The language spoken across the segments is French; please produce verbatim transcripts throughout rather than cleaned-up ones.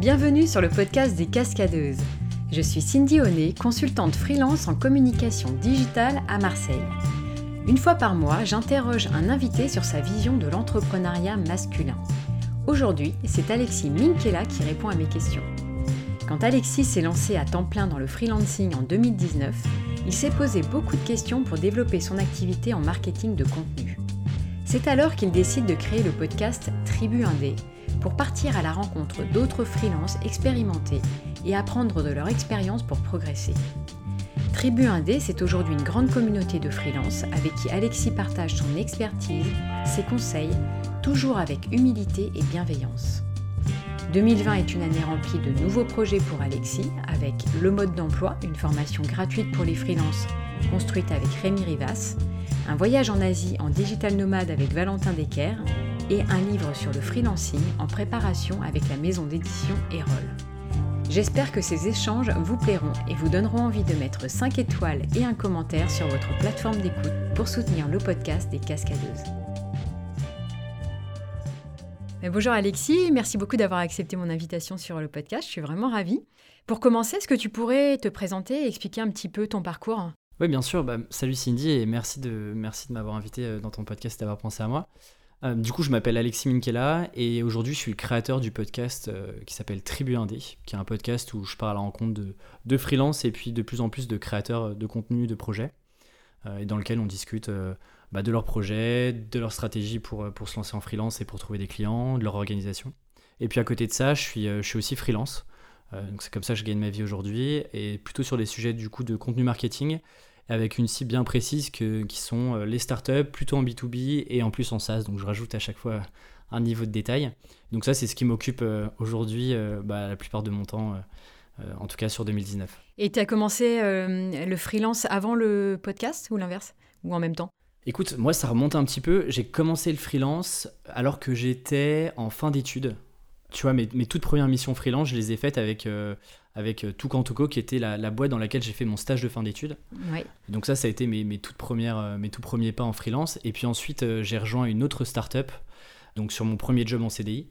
Bienvenue sur le podcast des Cascadeuses. Je suis Cindy Honnet, consultante freelance en communication digitale à Marseille. Une fois par mois, j'interroge un invité sur sa vision de l'entrepreneuriat masculin. Aujourd'hui, c'est Alexis Minkela qui répond à mes questions. Quand Alexis s'est lancé à temps plein dans le freelancing en deux mille dix-neuf, il s'est posé beaucoup de questions pour développer son activité en marketing de contenu. C'est alors qu'il décide de créer le podcast Tribu Indé pour partir à la rencontre d'autres freelances expérimentés et apprendre de leur expérience pour progresser. Tribu Indé, c'est aujourd'hui une grande communauté de freelances avec qui Alexis partage son expertise, ses conseils, toujours avec humilité et bienveillance. deux mille vingt est une année remplie de nouveaux projets pour Alexis, avec Le Mode d'Emploi, une formation gratuite pour les freelances construite avec Rémi Rivas, un voyage en Asie en digital nomade avec Valentin Decker et un livre sur le freelancing en préparation avec la maison d'édition Erol. J'espère que ces échanges vous plairont et vous donneront envie de mettre cinq étoiles et un commentaire sur votre plateforme d'écoute pour soutenir le podcast des Cascadeuses. Bonjour Alexis, merci beaucoup d'avoir accepté mon invitation sur le podcast, je suis vraiment ravie. Pour commencer, est-ce que tu pourrais te présenter et expliquer un petit peu ton parcours ? Oui, bien sûr. Bah, salut Cindy et merci de, merci de m'avoir invité dans ton podcast et d'avoir pensé à moi. Euh, du coup, je m'appelle Alexis Minkela et aujourd'hui, je suis le créateur du podcast euh, qui s'appelle Tribu Indé, qui est un podcast où je pars à la rencontre de, de freelance et puis de plus en plus de créateurs de contenu, de projets, euh, et dans lequel on discute euh, bah, de leurs projets, de leur stratégie pour, pour se lancer en freelance et pour trouver des clients, de leur organisation. Et puis à côté de ça, je suis, euh, je suis aussi freelance. Euh, donc c'est comme ça que je gagne ma vie aujourd'hui et plutôt sur des sujets du coup de contenu marketing avec une cible bien précise que, qui sont les startups, plutôt en B deux B et en plus en SaaS. Donc je rajoute à chaque fois un niveau de détail. Donc ça, c'est ce qui m'occupe euh, aujourd'hui euh, bah, la plupart de mon temps, euh, euh, en tout cas sur deux mille dix-neuf. Et tu as commencé euh, le freelance avant le podcast ou l'inverse ? Ou en même temps ? Écoute, moi ça remonte un petit peu. J'ai commencé le freelance alors que j'étais en fin d'études. Tu vois, mes, mes toutes premières missions freelance, je les ai faites avec, euh, avec Toucan2Co, qui était la, la boîte dans laquelle j'ai fait mon stage de fin d'études. Oui. Donc ça, ça a été mes, mes, toutes premières, mes tout premiers pas en freelance. Et puis ensuite, euh, j'ai rejoint une autre start-up, donc sur mon premier job en C D I.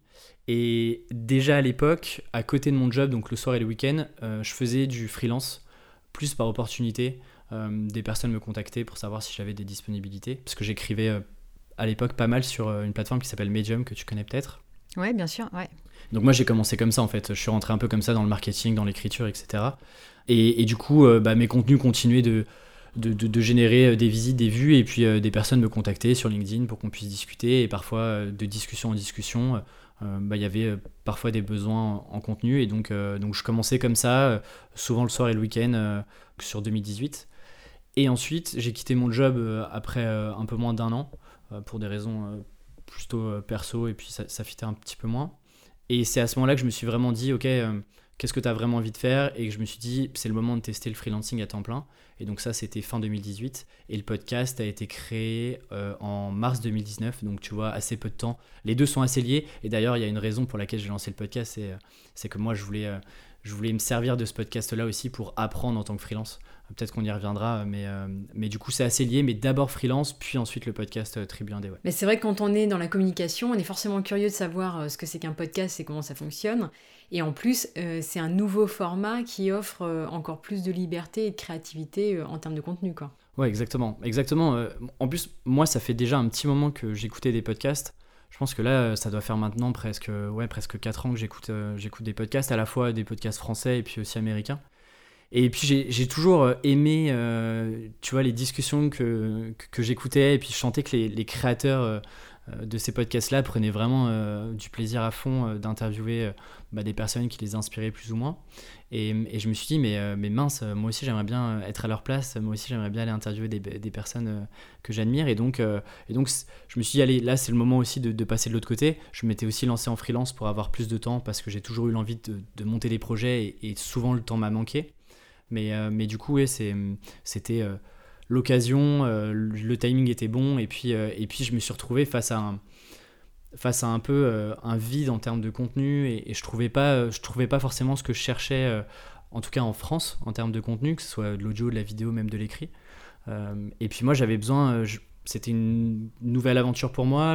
Et déjà à l'époque, à côté de mon job, donc le soir et le week-end, euh, je faisais du freelance, plus par opportunité. Euh, des personnes me contactaient pour savoir si j'avais des disponibilités. Parce que j'écrivais euh, à l'époque pas mal sur euh, une plateforme qui s'appelle Medium, que tu connais peut-être. Ouais, bien sûr, ouais. Donc moi j'ai commencé comme ça en fait, je suis rentré un peu comme ça dans le marketing, dans l'écriture, et cetera. Et, et du coup euh, bah, mes contenus continuaient de, de, de, de générer des visites, des vues, et puis euh, des personnes me contactaient sur LinkedIn pour qu'on puisse discuter, et parfois euh, de discussion en discussion, euh, bah, y avait euh, parfois des besoins en, en contenu, et donc, euh, donc je commençais comme ça, euh, souvent le soir et le week-end euh, sur deux mille dix-huit. Et ensuite j'ai quitté mon job euh, après euh, un peu moins d'un an, euh, pour des raisons euh, plutôt euh, perso, et puis ça, ça fitait un petit peu moins. Et c'est à ce moment-là que je me suis vraiment dit, ok, euh, qu'est-ce que tu as vraiment envie de faire ? Et que je me suis dit, c'est le moment de tester le freelancing à temps plein. Et donc ça, c'était fin deux mille dix-huit. Et le podcast a été créé euh, en mars deux mille dix-neuf. Donc tu vois, assez peu de temps. Les deux sont assez liés. Et d'ailleurs, il y a une raison pour laquelle j'ai lancé le podcast. C'est, euh, c'est que moi, je voulais, euh, je voulais me servir de ce podcast-là aussi pour apprendre en tant que freelance. Peut-être qu'on y reviendra, mais, euh, mais du coup, c'est assez lié. Mais d'abord freelance, puis ensuite le podcast euh, Tribu Indé. Ouais. Mais c'est vrai que quand on est dans la communication, on est forcément curieux de savoir euh, ce que c'est qu'un podcast et comment ça fonctionne. Et en plus, euh, c'est un nouveau format qui offre euh, encore plus de liberté et de créativité euh, en termes de contenu, quoi. Ouais, exactement. exactement. Euh, en plus, moi, ça fait déjà un petit moment que j'écoutais des podcasts. Je pense que là, ça doit faire maintenant presque, ouais, presque quatre ans que j'écoute, euh, j'écoute des podcasts, à la fois des podcasts français et puis aussi américains. Et puis j'ai, j'ai toujours aimé, euh, tu vois, les discussions que, que, que j'écoutais, et puis je sentais que les, les créateurs euh, de ces podcasts-là prenaient vraiment euh, du plaisir à fond euh, d'interviewer euh, bah, des personnes qui les inspiraient plus ou moins. Et, et je me suis dit, mais, euh, mais mince, moi aussi j'aimerais bien être à leur place, moi aussi j'aimerais bien aller interviewer des, des personnes euh, que j'admire. Et donc, euh, et donc je me suis dit, allez, là c'est le moment aussi de, de passer de l'autre côté. Je m'étais aussi lancé en freelance pour avoir plus de temps, parce que j'ai toujours eu l'envie de, de monter des projets, et, et souvent le temps m'a manqué. Mais, euh, mais du coup, ouais, c'est, c'était euh, l'occasion, euh, le timing était bon, et puis, euh, et puis je me suis retrouvé face à un, face à un peu euh, un vide en termes de contenu, et, et je trouvais pas, je trouvais pas forcément ce que je cherchais, euh, en tout cas en France, en termes de contenu, que ce soit de l'audio, de la vidéo, même de l'écrit. Euh, et puis moi, j'avais besoin, euh, je, c'était une nouvelle aventure pour moi.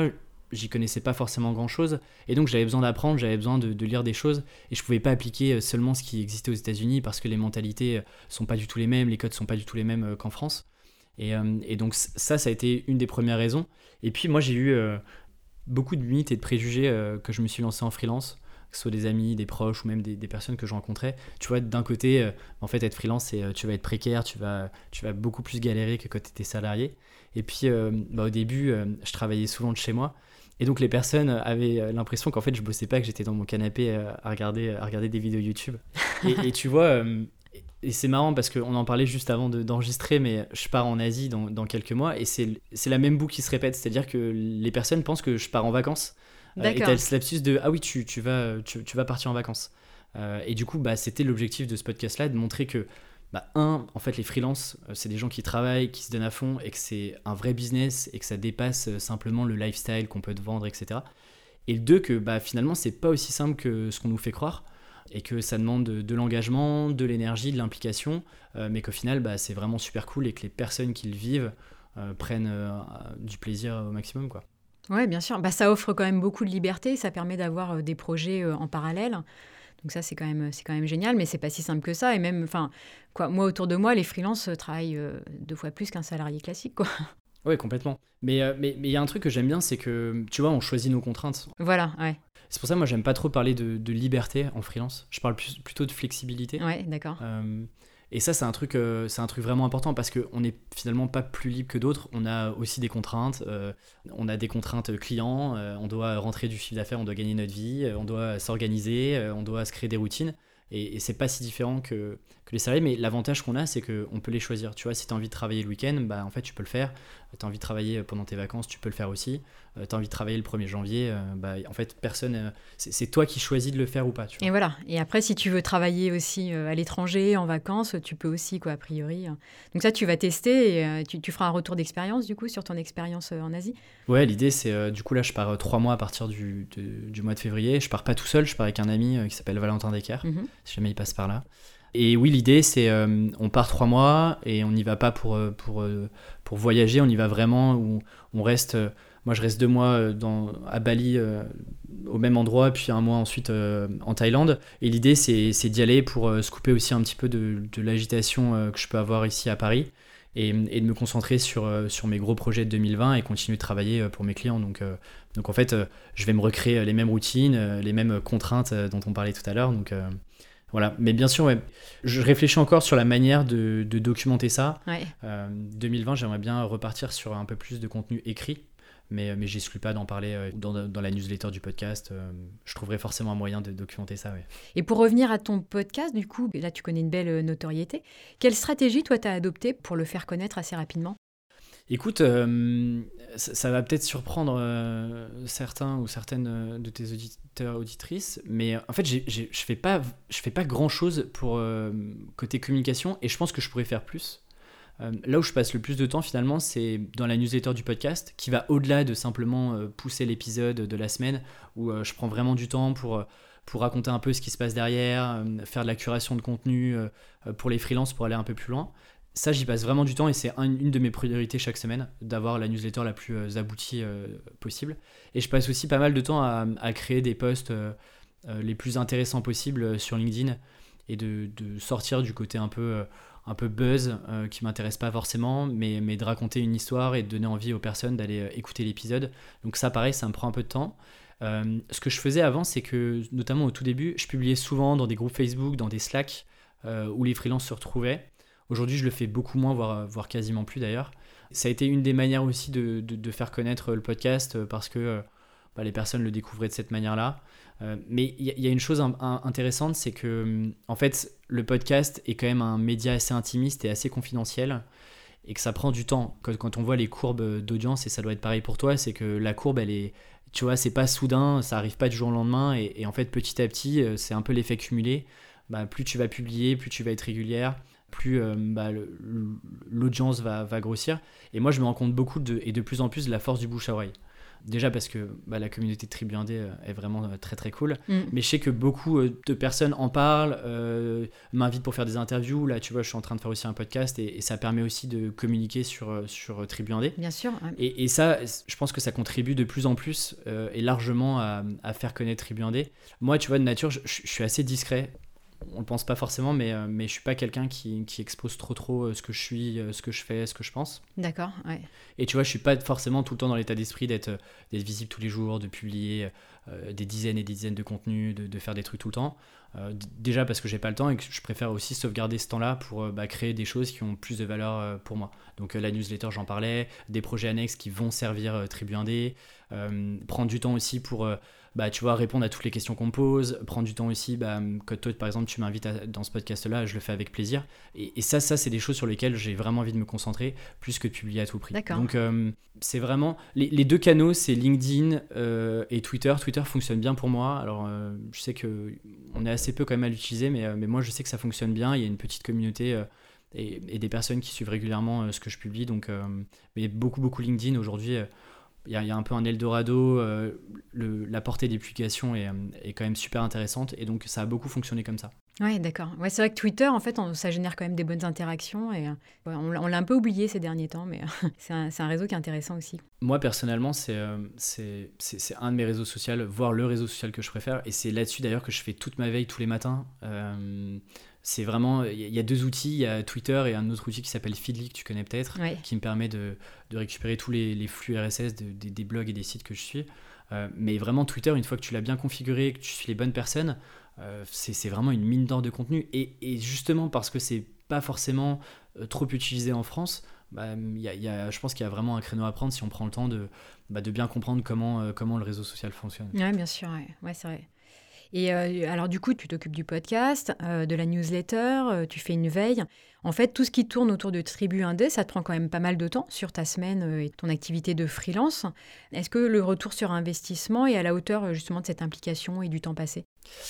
j'y connaissais pas forcément grand-chose. Et donc, j'avais besoin d'apprendre, j'avais besoin de, de lire des choses. Et je pouvais pas appliquer seulement ce qui existait aux États-Unis parce que les mentalités sont pas du tout les mêmes, les codes sont pas du tout les mêmes qu'en France. Et, euh, et donc, ça, ça a été une des premières raisons. Et puis, moi, j'ai eu euh, beaucoup de mythes et de préjugés euh, que je me suis lancé en freelance, que ce soit des amis, des proches ou même des, des personnes que je rencontrais. Tu vois, d'un côté, euh, en fait, être freelance, c'est euh, tu vas être précaire, tu vas, tu vas beaucoup plus galérer que quand tu étais salarié. Et puis, euh, bah, au début, euh, je travaillais souvent de chez moi. Et donc, les personnes avaient l'impression qu'en fait, je bossais pas, que j'étais dans mon canapé euh, à, regarder, à regarder des vidéos YouTube. Et, et tu vois, euh, et c'est marrant parce qu'on en parlait juste avant de, d'enregistrer, mais je pars en Asie dans, dans quelques mois et c'est, c'est la même boucle qui se répète. C'est-à-dire que les personnes pensent que je pars en vacances. Euh, et t'as ce lapsus de ah oui, tu, tu, vas, tu, tu vas partir en vacances. Euh, et du coup, bah, c'était l'objectif de ce podcast-là, de montrer que, bah, un, en fait, les freelances, euh, c'est des gens qui travaillent, qui se donnent à fond et que c'est un vrai business et que ça dépasse euh, simplement le lifestyle qu'on peut te vendre, et cetera. Et le deux, que bah, finalement, c'est pas aussi simple que ce qu'on nous fait croire et que ça demande de, de l'engagement, de l'énergie, de l'implication, euh, mais qu'au final, bah, c'est vraiment super cool et que les personnes qui le vivent euh, prennent euh, du plaisir au maximum, quoi. Ouais, bien sûr. Bah, ça offre quand même beaucoup de liberté. Ça permet d'avoir euh, des projets euh, en parallèle. Donc ça, c'est quand même, c'est quand même génial, mais c'est pas si simple que ça. Et même, enfin, quoi, moi, autour de moi, les freelances euh, travaillent euh, deux fois plus qu'un salarié classique, quoi. Ouais, complètement. Mais euh, mais mais il y a un truc que j'aime bien, c'est que, tu vois, on choisit nos contraintes. Voilà, ouais. C'est pour ça, moi, j'aime pas trop parler de, de liberté en freelance. Je parle plus, plutôt de flexibilité. Ouais, d'accord. Euh, et ça, c'est un truc, euh, c'est un truc vraiment important parce qu'on n'est finalement pas plus libre que d'autres. On a aussi des contraintes. Euh, on a des contraintes clients. Euh, on doit rentrer du chiffre d'affaires, on doit gagner notre vie. Euh, on doit s'organiser. Euh, on doit se créer des routines. Et, et c'est pas si différent que, que les salariés. Mais l'avantage qu'on a, c'est qu'on peut les choisir. Tu vois, si tu as envie de travailler le week-end, bah, en fait, tu peux le faire. Tu as envie de travailler pendant tes vacances, tu peux le faire aussi. Euh, tu as envie de travailler le premier janvier, euh, bah, en fait, personne. Euh, c'est, c'est toi qui choisis de le faire ou pas. Tu vois. Et voilà. Et après, si tu veux travailler aussi euh, à l'étranger, en vacances, tu peux aussi, quoi, a priori. Donc ça, tu vas tester et euh, tu, tu feras un retour d'expérience, du coup, sur ton expérience euh, en Asie. Ouais, l'idée, c'est, euh, du coup, là, je pars euh, trois mois à partir du, de, du mois de février. Je pars pas tout seul, je pars avec un ami euh, qui s'appelle Valentin Decker, mm-hmm. si jamais il passe par là. Et oui, l'idée, c'est euh, on part trois mois et on n'y va pas pour, pour, pour voyager, on y va vraiment où on reste. Euh, moi, je reste deux mois dans, à Bali, euh, au même endroit, puis un mois ensuite euh, en Thaïlande. Et l'idée, c'est, c'est d'y aller pour euh, se couper aussi un petit peu de, de l'agitation euh, que je peux avoir ici à Paris et, et de me concentrer sur, euh, sur mes gros projets de deux mille vingt et continuer de travailler pour mes clients. Donc, euh, donc en fait, euh, je vais me recréer les mêmes routines, euh, les mêmes contraintes euh, dont on parlait tout à l'heure. Donc, euh, Voilà, mais bien sûr, ouais, je réfléchis encore sur la manière de, de documenter ça. Ouais. Euh, deux mille vingt, j'aimerais bien repartir sur un peu plus de contenu écrit, mais, mais j'exclus pas d'en parler euh, dans, dans la newsletter du podcast. Euh, je trouverai forcément un moyen de documenter ça, ouais. Et pour revenir à ton podcast, du coup, là, tu connais une belle notoriété. Quelle stratégie, toi, tu as adoptée pour le faire connaître assez rapidement ? Écoute, euh, ça, ça va peut-être surprendre euh, certains ou certaines de tes auditeurs, auditrices, mais en fait, j'ai, j'ai, je fais pas, je fais pas grand-chose pour euh, côté communication et je pense que je pourrais faire plus. Euh, là où je passe le plus de temps, finalement, c'est dans la newsletter du podcast, qui va au-delà de simplement euh, pousser l'épisode de la semaine, où euh, je prends vraiment du temps pour, pour raconter un peu ce qui se passe derrière, euh, faire de la curation de contenu euh, pour les freelances pour aller un peu plus loin. Ça, j'y passe vraiment du temps et c'est un, une de mes priorités chaque semaine, d'avoir la newsletter la plus euh, aboutie euh, possible. Et je passe aussi pas mal de temps à, à créer des posts euh, euh, les plus intéressants possibles sur LinkedIn et de, de sortir du côté un peu, euh, un peu buzz euh, qui m'intéresse pas forcément, mais, mais de raconter une histoire et de donner envie aux personnes d'aller euh, écouter l'épisode. Donc ça, pareil, ça me prend un peu de temps. Euh, ce que je faisais avant, c'est que, notamment au tout début, je publiais souvent dans des groupes Facebook, dans des Slack, euh, où les freelances se retrouvaient. Aujourd'hui, je le fais beaucoup moins, voire, voire quasiment plus d'ailleurs. Ça a été une des manières aussi de, de, de faire connaître le podcast parce que bah, les personnes le découvraient de cette manière-là. Euh, mais il y, y a une chose un, un, intéressante, c'est que en fait, le podcast est quand même un média assez intimiste et assez confidentiel et que ça prend du temps. Quand, quand on voit les courbes d'audience, et ça doit être pareil pour toi, c'est que la courbe, elle est, tu vois, c'est pas soudain, ça arrive pas du jour au lendemain et, et en fait, petit à petit, c'est un peu l'effet cumulé. Bah, plus tu vas publier, plus tu vas être régulière, plus euh, bah, le, l'audience va, va grossir. Et moi, je me rends compte beaucoup de, et de plus en plus de la force du bouche à oreille. Déjà parce que bah, la communauté de Tribu Indé euh, est vraiment euh, très très cool. Mm. Mais je sais que beaucoup euh, de personnes en parlent, euh, m'invitent pour faire des interviews. Là, tu vois, je suis en train de faire aussi un podcast et, et ça permet aussi de communiquer sur, euh, sur Tribu Indé. Bien sûr. Ouais. Et, et ça, je pense que ça contribue de plus en plus euh, et largement à, à faire connaître Tribu Indé. Moi, tu vois, de nature, je, je suis assez discret. On le pense pas forcément, mais, euh, mais je suis pas quelqu'un qui, qui expose trop trop euh, ce que je suis, euh, ce que je fais, ce que je pense. D'accord, ouais. Et tu vois, je suis pas forcément tout le temps dans l'état d'esprit d'être, euh, d'être visible tous les jours, de publier euh, des dizaines et des dizaines de contenus, de, de faire des trucs tout le temps. Euh, d- déjà parce que j'ai pas le temps et que je préfère aussi sauvegarder ce temps-là pour euh, bah, créer des choses qui ont plus de valeur euh, pour moi. Donc euh, la newsletter, j'en parlais, des projets annexes qui vont servir euh, Tribu Indé, euh, prendre du temps aussi pour... Euh, bah, tu vois, répondre à toutes les questions qu'on me pose, prendre du temps aussi, bah, que toi, par exemple, tu m'invites à, dans ce podcast-là, je le fais avec plaisir. Et, et ça, ça, c'est des choses sur lesquelles j'ai vraiment envie de me concentrer, plus que de publier à tout prix. D'accord. Donc, euh, c'est vraiment... Les, les deux canaux, c'est LinkedIn euh, et Twitter. Twitter fonctionne bien pour moi. Alors, euh, je sais qu'on est assez peu quand même à l'utiliser, mais, euh, mais moi, je sais que ça fonctionne bien. Il y a une petite communauté... Euh, et, et des personnes qui suivent régulièrement euh, ce que je publie. Donc, euh, mais beaucoup, beaucoup LinkedIn aujourd'hui... Euh, Il y, a, il y a un peu un Eldorado, euh, le, la portée des publications est, est quand même super intéressante et donc ça a beaucoup fonctionné comme ça. Ouais, d'accord. Ouais, c'est vrai que Twitter, en fait, on, ça génère quand même des bonnes interactions et euh, ouais, on, l'a- on l'a un peu oublié ces derniers temps, mais euh, c'est, un, c'est un réseau qui est intéressant aussi. Moi personnellement, c'est, euh, c'est, c'est, c'est un de mes réseaux sociaux, voire le réseau social que je préfère et c'est là-dessus d'ailleurs que je fais toute ma veille tous les matins. Euh, c'est vraiment, il y, y a deux outils, il y a Twitter et un autre outil qui s'appelle Feedly que tu connais peut-être, Ouais. qui me permet de, de récupérer tous les, les flux R S S de, de- des blogs et des sites que je suis. Euh, mais vraiment Twitter, une fois que tu l'as bien configuré, que tu suis les bonnes personnes, euh, c'est, c'est vraiment une mine d'or de contenu. Et, et justement parce que c'est pas forcément euh, trop utilisé en France, bah, y a, y a, je pense qu'il y a vraiment un créneau à prendre si on prend le temps de, bah, de bien comprendre comment, euh, comment le réseau social fonctionne. Ouais, bien sûr, ouais, ouais, c'est vrai. Et euh, alors du coup, tu t'occupes du podcast, euh, de la newsletter, euh, tu fais une veille. En fait, tout ce qui tourne autour de Tribu Indé, ça te prend quand même pas mal de temps sur ta semaine euh, et ton activité de freelance. Est-ce que le retour sur investissement est à la hauteur euh, justement de cette implication et du temps passé ?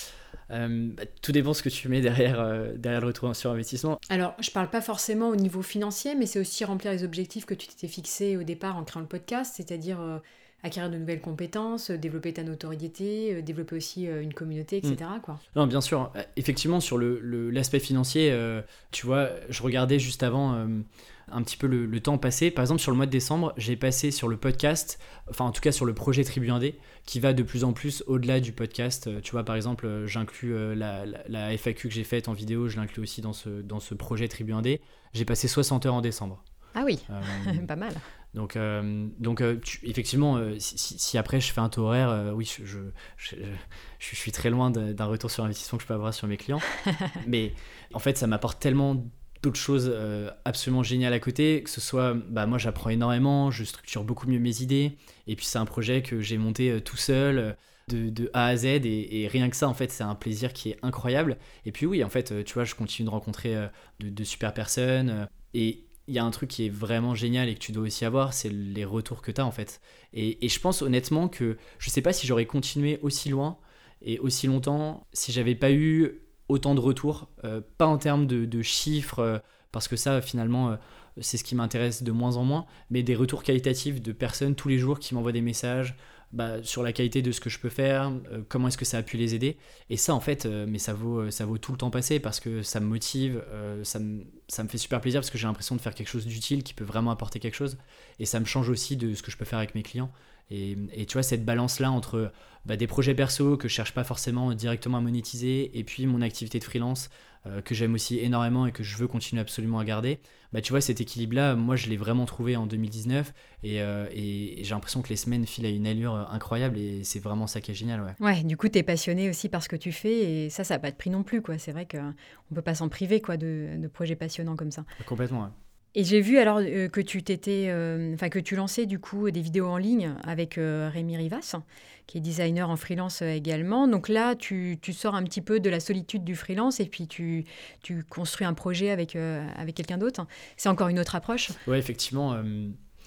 Euh, bah, tout dépend ce que tu mets derrière, euh, derrière le retour sur investissement. Alors, je parle pas forcément au niveau financier, mais c'est aussi remplir les objectifs que tu t'étais fixés au départ en créant le podcast, c'est-à-dire euh, acquérir de nouvelles compétences, euh, développer ta notoriété, euh, développer aussi euh, une communauté, et cetera. Quoi. Non, bien sûr. Euh, Effectivement, sur le, le- l'aspect financier, euh, tu vois, je regardais juste avant euh, un petit peu le, le temps passé. Par exemple, sur le mois de décembre, j'ai passé sur le podcast, enfin en tout cas sur le projet Tribu Indé, qui va de plus en plus au-delà du podcast. Euh, Tu vois, par exemple, euh, j'inclus euh, la, la- la F A Q que j'ai faite en vidéo, je l'inclus aussi dans ce, dans ce projet Tribu Indé. J'ai passé soixante heures en décembre. Ah oui, Euh, pas mal. Donc, euh, donc euh, tu- effectivement, euh, si, si- si après je fais un taux horaire, euh, oui, je, je, je, je suis très loin de- d'un retour sur investissement que je peux avoir sur mes clients. Mais en fait, ça m'apporte tellement d'autres choses euh, absolument géniales à côté, que ce soit, bah, moi j'apprends énormément, je structure beaucoup mieux mes idées, et puis c'est un projet que j'ai monté euh, tout seul, euh, de, de A à Z, et, et rien que ça, en fait, c'est un plaisir qui est incroyable. Et puis oui, en fait, euh, tu vois, je continue de rencontrer euh, de, de super personnes, euh, et il y a un truc qui est vraiment génial et que tu dois aussi avoir, c'est les retours que tu as en fait. Et, et je pense honnêtement que je sais pas si j'aurais continué aussi loin et aussi longtemps si j'avais pas eu autant de retours, euh, pas en termes de, de chiffres, euh, parce que ça finalement euh, c'est ce qui m'intéresse de moins en moins, mais des retours qualitatifs de personnes tous les jours qui m'envoient des messages bah, sur la qualité de ce que je peux faire, euh, comment est-ce que ça a pu les aider. Et ça en fait, euh, mais ça vaut, ça vaut tout le temps passé parce que ça me motive, euh, ça me ça me fait super plaisir parce que j'ai l'impression de faire quelque chose d'utile qui peut vraiment apporter quelque chose et ça me change aussi de ce que je peux faire avec mes clients et, et tu vois cette balance là entre bah, des projets perso que je cherche pas forcément directement à monétiser et puis mon activité de freelance euh, que j'aime aussi énormément et que je veux continuer absolument à garder, bah tu vois cet équilibre là moi je l'ai vraiment trouvé en deux mille dix-neuf et, euh, et, et j'ai l'impression que les semaines filent à une allure incroyable et c'est vraiment ça qui est génial. Ouais, Ouais, du coup, tu es passionné aussi par ce que tu fais et ça, ça n'a pas de prix non plus. Quoi. C'est vrai qu'on ne peut pas s'en priver quoi, de, de projets passionnants comme ça. complètement. Ouais. Et j'ai vu alors euh, que tu t'étais, euh, enfin que tu lançais du coup des vidéos en ligne avec euh, Rémi Rivas, qui est designer en freelance euh, également. Donc là, tu, tu sors un petit peu de la solitude du freelance et puis tu, tu construis un projet avec, euh, avec quelqu'un d'autre. C'est encore une autre approche. Ouais, effectivement. Euh,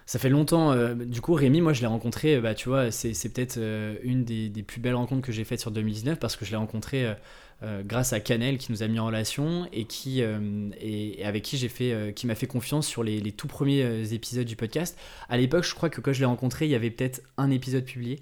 Ça fait longtemps. Euh, du coup, Rémi, moi, je l'ai rencontré, euh, bah, tu vois, c'est, c'est peut-être euh, une des, des plus belles rencontres que j'ai faites sur deux mille dix-neuf parce que je l'ai rencontré euh, euh, grâce à Canel qui nous a mis en relation et, qui, euh, et, et avec qui, j'ai fait, euh, qui m'a fait confiance sur les, les tout premiers euh, épisodes du podcast. À l'époque, je crois que quand je l'ai rencontré, il y avait peut-être un épisode publié.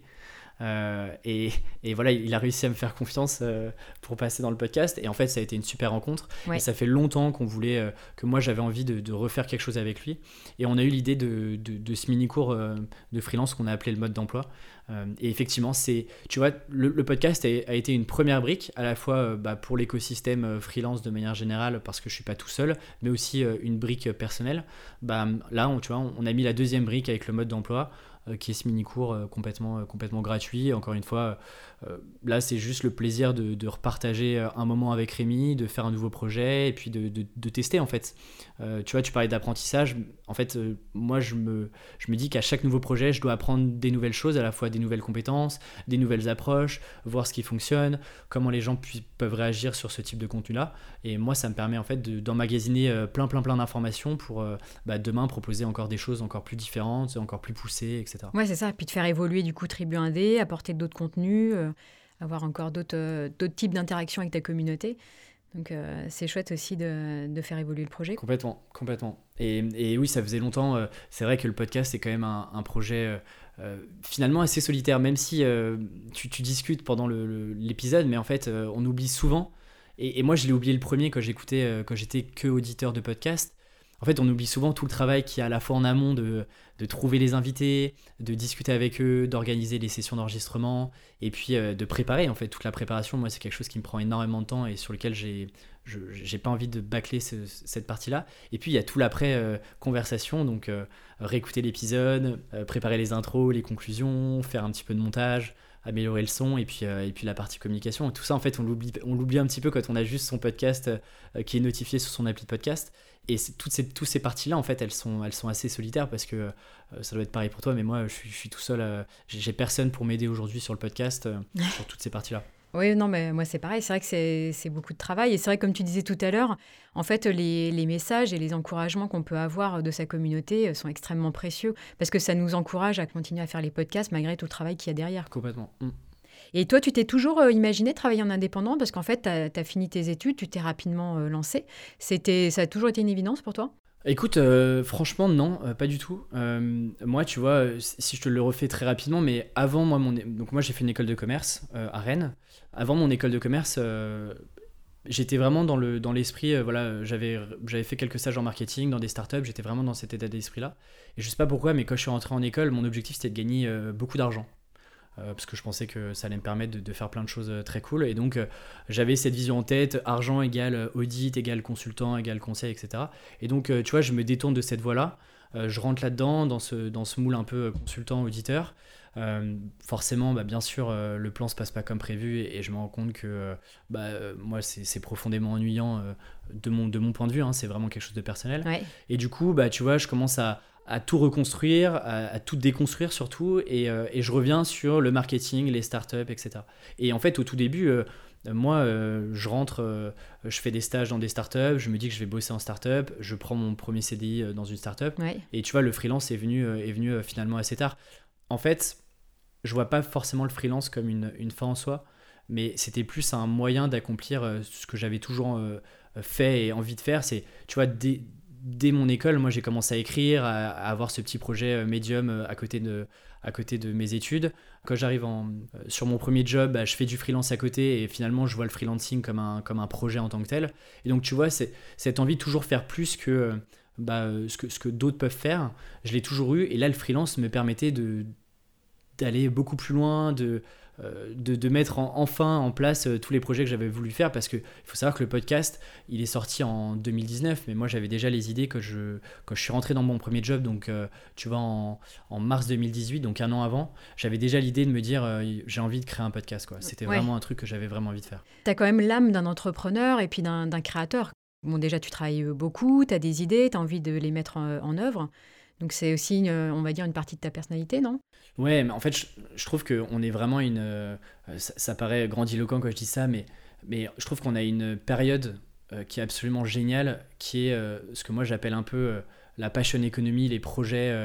Euh, et, et voilà, il a réussi à me faire confiance euh, pour passer dans le podcast. Et en fait, ça a été une super rencontre. Ouais. Et ça fait longtemps qu'on voulait, euh, que moi j'avais envie de, de refaire quelque chose avec lui. Et on a eu l'idée de, de, de ce mini-cours euh, de freelance qu'on a appelé le mode d'emploi. Euh, et effectivement, c'est, tu vois, le, le podcast a, a été une première brique, à la fois euh, bah, pour l'écosystème euh, freelance de manière générale, parce que je suis pas tout seul, mais aussi euh, une brique personnelle. Bah, là, on, tu vois, on a mis la deuxième brique avec le mode d'emploi. Euh, qui est ce mini-cours euh, complètement, euh, complètement gratuit. Encore une fois, euh, là, c'est juste le plaisir de, de repartager un moment avec Rémi, de faire un nouveau projet et puis de, de, de tester, en fait. Euh, tu vois, tu parlais d'apprentissage. En fait, euh, moi, je me, je me dis qu'à chaque nouveau projet, je dois apprendre des nouvelles choses, à la fois des nouvelles compétences, des nouvelles approches, voir ce qui fonctionne, comment les gens pu- peuvent réagir sur ce type de contenu-là. Et moi, ça me permet, en fait, de, d'emmagasiner euh, plein, plein, plein d'informations pour euh, bah, demain proposer encore des choses encore plus différentes, encore plus poussées, et cetera. Ouais, c'est ça. Et puis de faire évoluer du coup Tribu Indé, apporter d'autres contenus, euh, avoir encore d'autres, euh, d'autres types d'interactions avec ta communauté. Donc euh, c'est chouette aussi de, de faire évoluer le projet. Complètement, complètement. Et, et oui, ça faisait longtemps. Euh, c'est vrai que le podcast, c'est quand même un, un projet euh, euh, finalement assez solitaire, même si euh, tu, tu discutes pendant le, le, l'épisode, mais en fait, euh, on oublie souvent. Et, et moi, je l'ai oublié le premier quand j'écoutais, euh, quand j'étais que auditeur de podcast. En fait, on oublie souvent tout le travail qu'il y a à la fois en amont de, de trouver les invités, de discuter avec eux, d'organiser les sessions d'enregistrement et puis euh, de préparer. En fait, toute la préparation, moi, c'est quelque chose qui me prend énormément de temps et sur lequel j'ai, je, j'ai pas envie de bâcler ce, cette partie-là. Et puis, il y a tout l'après euh, conversation, donc euh, réécouter l'épisode, euh, préparer les intros, les conclusions, faire un petit peu de montage, améliorer le son et puis, euh, et puis la partie communication. Et tout ça, en fait, on l'oublie, on l'oublie un petit peu quand on a juste son podcast euh, qui est notifié sur son appli de podcast. Et c'est, toutes ces, toutes ces parties-là, en fait, elles sont, elles sont assez solitaires parce que euh, ça doit être pareil pour toi, mais moi, je suis, je suis tout seul. Euh, j'ai, j'ai personne pour m'aider aujourd'hui sur le podcast, euh, sur toutes ces parties-là. Oui, non, mais moi, c'est pareil. C'est vrai que c'est, c'est beaucoup de travail. Et c'est vrai, comme tu disais tout à l'heure, en fait, les, les messages et les encouragements qu'on peut avoir de sa communauté sont extrêmement précieux parce que ça nous encourage à continuer à faire les podcasts malgré tout le travail qu'il y a derrière. Complètement. Mmh. Et toi, tu t'es toujours euh, imaginé travailler en indépendant parce qu'en fait, tu as fini tes études, tu t'es rapidement euh, lancé. C'était, ça a toujours été une évidence pour toi ? Écoute, euh, franchement, non, euh, pas du tout. Euh, moi, tu vois, si je te le refais très rapidement, mais avant, moi, mon, donc moi, j'ai fait une école de commerce euh, à Rennes. Avant mon école de commerce, euh, j'étais vraiment dans, le, dans l'esprit, euh, voilà, j'avais, j'avais fait quelques stages en marketing dans des startups, j'étais vraiment dans cet état d'esprit-là. Et je sais pas pourquoi, mais quand je suis rentré en école, mon objectif, c'était de gagner euh, beaucoup d'argent. Euh, parce que je pensais que ça allait me permettre de, de faire plein de choses euh, très cool. Et donc, euh, j'avais cette vision en tête, argent égale audit, égale consultant, égale conseil, et cetera. Et donc, euh, tu vois, je me détourne de cette voie-là. Euh, je rentre là-dedans, dans ce, dans ce moule un peu consultant, auditeur. Euh, forcément, bah, bien sûr, euh, le plan se passe pas comme prévu et, et je me rends compte que euh, bah, euh, moi, c'est, c'est profondément ennuyant euh, de, mon, de mon point de vue. Hein, c'est vraiment quelque chose de personnel. Ouais. Et du coup, bah, tu vois, je commence à à tout reconstruire, à, à tout déconstruire surtout, et, euh, et je reviens sur le marketing, les startups, et cetera. Et en fait, au tout début, euh, moi, euh, je rentre, euh, je fais des stages dans des startups, je me dis que je vais bosser en startup, je prends mon premier C D I dans une startup, ouais. Et tu vois, le freelance est venu, euh, est venu euh, finalement assez tard. En fait, je vois pas forcément le freelance comme une, une fin en soi, mais c'était plus un moyen d'accomplir euh, ce que j'avais toujours euh, fait et envie de faire. C'est, tu vois, dès Dès mon école, moi j'ai commencé à écrire, à, à avoir ce petit projet médium à côté de, à côté de mes études. Quand j'arrive en, sur mon premier job, bah, je fais du freelance à côté et finalement je vois le freelancing comme un, comme un projet en tant que tel. Et donc tu vois, c'est, cette envie de toujours faire plus que, bah, ce que ce que d'autres peuvent faire, je l'ai toujours eu. Et là, le freelance me permettait de, d'aller beaucoup plus loin, de... De, de mettre en, enfin en place euh, tous les projets que j'avais voulu faire parce qu'il faut savoir que le podcast il est sorti en deux mille dix-neuf mais moi j'avais déjà les idées quand je, quand je suis rentré dans mon premier job donc euh, tu vois en, en mars deux mille dix-huit donc un an avant j'avais déjà l'idée de me dire euh, j'ai envie de créer un podcast quoi. C'était ouais. Vraiment un truc que j'avais vraiment envie de faire. T'as quand même l'âme d'un entrepreneur et puis d'un, d'un créateur. Bon déjà tu travailles beaucoup, t'as des idées, t'as envie de les mettre en, en œuvre. Donc c'est aussi, une, on va dire, une partie de ta personnalité, non ? Ouais, mais en fait, je, je trouve qu'on est vraiment une... Euh, ça, ça paraît grandiloquent quand je dis ça, mais, mais je trouve qu'on a une période euh, qui est absolument géniale, qui est euh, ce que moi j'appelle un peu euh, la passion economy, les projets... Euh,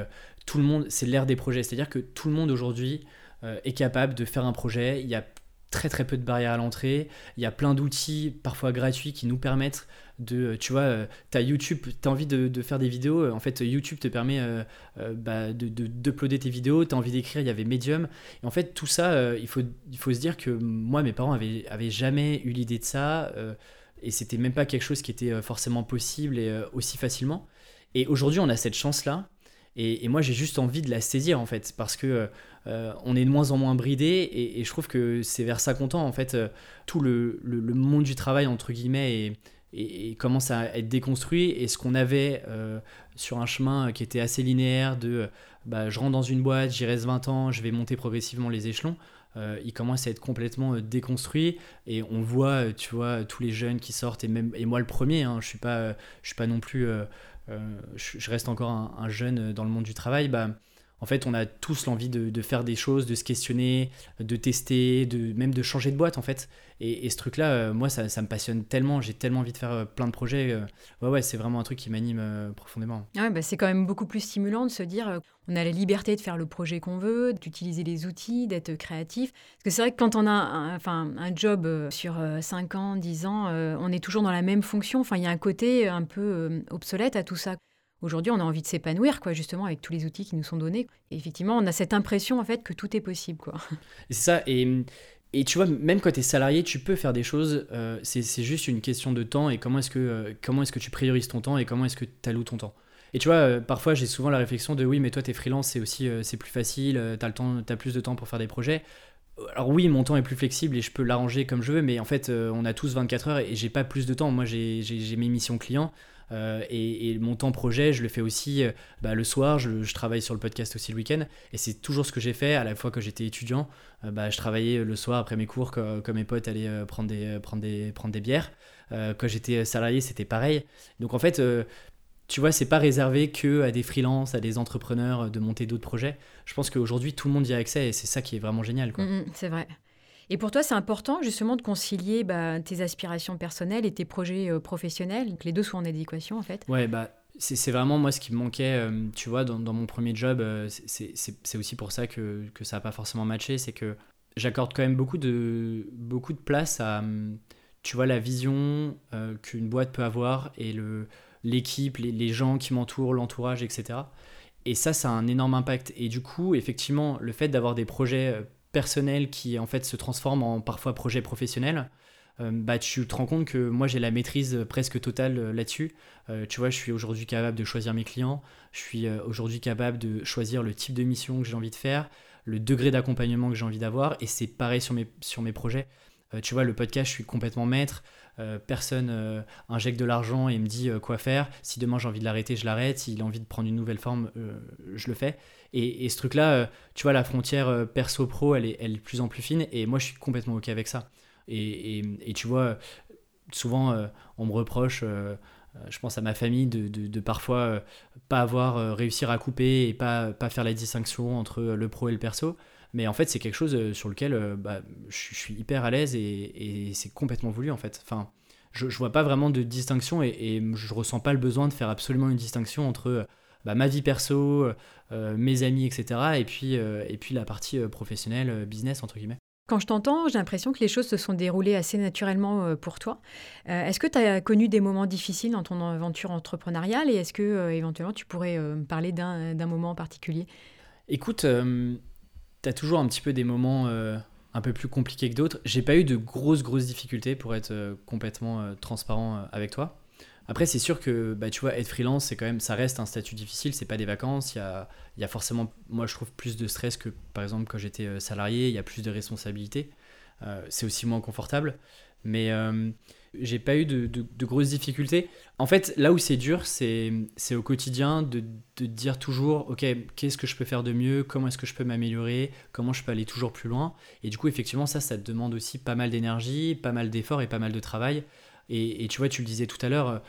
tout le monde, c'est l'ère des projets. C'est-à-dire que tout le monde aujourd'hui euh, est capable de faire un projet. Il y a très très peu de barrières à l'entrée. Il y a plein d'outils, parfois gratuits, qui nous permettent de, tu vois, euh, t'as YouTube, t'as envie de, de faire des vidéos. euh, En fait, YouTube te permet euh, euh, bah, de, de, d'uploader tes vidéos. T'as envie d'écrire, il y avait Medium. Et en fait, tout ça, euh, il faut, il faut se dire que moi, mes parents avaient, avaient jamais eu l'idée de ça. Euh, et c'était même pas quelque chose qui était euh, forcément possible et euh, aussi facilement. Et aujourd'hui, on a cette chance-là. Et, et moi, j'ai juste envie de la saisir, en fait, parce que euh, on est de moins en moins bridé, et, et je trouve que c'est vers ça qu'on tend, en fait. Euh, tout le, le, le monde du travail, entre guillemets, et, et, et commence à être déconstruit. Et ce qu'on avait euh, sur un chemin qui était assez linéaire, de euh, bah, je rentre dans une boîte, j'y reste vingt ans, je vais monter progressivement les échelons, euh, il commence à être complètement euh, déconstruit. Et on voit, euh, tu vois, tous les jeunes qui sortent, et, même, et moi le premier, hein, je suis pas, euh, je suis pas non plus... Euh, Euh, je, je reste encore un, un jeune dans le monde du travail, bah, en fait, on a tous l'envie de, de faire des choses, de se questionner, de tester, de, même de changer de boîte, en fait. Et, et ce truc-là, euh, moi, ça, ça me passionne tellement, j'ai tellement envie de faire euh, plein de projets. Euh, ouais, ouais, c'est vraiment un truc qui m'anime euh, profondément. Ouais, bah, c'est quand même beaucoup plus stimulant de se dire euh, on a la liberté de faire le projet qu'on veut, d'utiliser les outils, d'être créatif. Parce que c'est vrai que quand on a un, enfin, un job euh, sur euh, cinq ans, dix ans, euh, on est toujours dans la même fonction. Enfin, il y a un côté un peu euh, obsolète à tout ça. Aujourd'hui, on a envie de s'épanouir, quoi, justement, avec tous les outils qui nous sont donnés. Et effectivement, on a cette impression, en fait, que tout est possible, quoi. Et c'est ça, et, et tu vois, même quand tu es salarié, tu peux faire des choses, euh, c'est, c'est juste une question de temps, et comment est-ce que, euh, comment est-ce que tu priorises ton temps, et comment est-ce que tu alloues ton temps. Et tu vois, euh, parfois, j'ai souvent la réflexion de oui, mais toi, t'es freelance, c'est aussi euh, c'est plus facile, euh, t'as le temps, t'as plus de temps pour faire des projets. Alors oui, mon temps est plus flexible et je peux l'arranger comme je veux, mais en fait, euh, on a tous vingt-quatre heures et j'ai pas plus de temps. Moi, j'ai, j'ai, j'ai mes missions clients, euh, et, et mon temps projet, je le fais aussi euh, bah, le soir. Je, je travaille sur le podcast aussi le week-end, et c'est toujours ce que j'ai fait. À la fois quand j'étais étudiant, euh, bah, je travaillais le soir après mes cours, quand, quand mes potes allaient euh, prendre, des, euh, prendre, des, prendre des bières. Euh, quand j'étais salarié, c'était pareil. Donc en fait... Euh, tu vois, c'est pas réservé que à des freelances, à des entrepreneurs de monter d'autres projets. Je pense qu'aujourd'hui, tout le monde y a accès, et c'est ça qui est vraiment génial, quoi. Mmh, c'est vrai. Et pour toi, c'est important justement de concilier bah, tes aspirations personnelles et tes projets euh, professionnels, que les deux soient en adéquation, en fait. Ouais, bah, c'est, c'est vraiment moi ce qui me manquait, euh, tu vois, dans, dans mon premier job. Euh, c'est, c'est, c'est aussi pour ça que, que ça n'a pas forcément matché. C'est que j'accorde quand même beaucoup de, beaucoup de place à, tu vois, la vision euh, qu'une boîte peut avoir, et le, l'équipe, les, les gens qui m'entourent, l'entourage, et cetera. Et ça, ça a un énorme impact. Et du coup, effectivement, le fait d'avoir des projets euh, personnels qui, en fait, se transforment en parfois projets professionnels, euh, bah, tu te rends compte que moi, j'ai la maîtrise presque totale euh, là-dessus. Euh, tu vois, je suis aujourd'hui capable de choisir mes clients. Je suis euh, aujourd'hui capable de choisir le type de mission que j'ai envie de faire, le degré d'accompagnement que j'ai envie d'avoir. Et c'est pareil sur mes, sur mes projets. Euh, tu vois, le podcast, je suis complètement maître. Euh, personne euh, injecte de l'argent et me dit euh, quoi faire. Si demain j'ai envie de l'arrêter, je l'arrête. S'il a envie de prendre une nouvelle forme, euh, je le fais. Et, et ce truc-là, euh, tu vois, la frontière euh, perso-pro, elle est, elle est de plus en plus fine. Et moi, je suis complètement OK avec ça. Et, et, et tu vois, souvent, euh, on me reproche, euh, je pense à ma famille, de, de, de parfois euh, pas avoir euh, réussir à couper et pas, pas faire la distinction entre le pro et le perso. Mais en fait, c'est quelque chose sur lequel euh, bah, je, je suis hyper à l'aise, et, et c'est complètement voulu, en fait. Enfin, je, je vois pas vraiment de distinction, et, et je ressens pas le besoin de faire absolument une distinction entre bah, ma vie perso, euh, mes amis, et cetera, et puis, euh, et puis la partie euh, professionnelle, euh, business, entre guillemets. Quand je t'entends, j'ai l'impression que les choses se sont déroulées assez naturellement euh, pour toi. Euh, est-ce que tu as connu des moments difficiles dans ton aventure entrepreneuriale, et est-ce que euh, éventuellement tu pourrais euh, me parler d'un, d'un moment en particulier ? Écoute, euh, tu as toujours un petit peu des moments euh, un peu plus compliqués que d'autres. J'ai pas eu de grosses, grosses difficultés, pour être euh, complètement euh, transparent euh, avec toi. Après, c'est sûr que, bah, tu vois, être freelance, c'est quand même, ça reste un statut difficile, c'est pas des vacances. Il y a, il y a forcément, moi, je trouve, plus de stress que, par exemple, quand j'étais euh, salarié. Il y a plus de responsabilités. Euh, c'est aussi moins confortable. Mais euh, j'ai pas eu de, de, de grosses difficultés. En fait, là où c'est dur, c'est, c'est au quotidien de, de dire toujours, ok, qu'est-ce que je peux faire de mieux, comment est-ce que je peux m'améliorer, comment je peux aller toujours plus loin. Et du coup, effectivement, ça, ça te demande aussi pas mal d'énergie, pas mal d'efforts et pas mal de travail. Et, et tu vois, tu le disais tout à l'heure,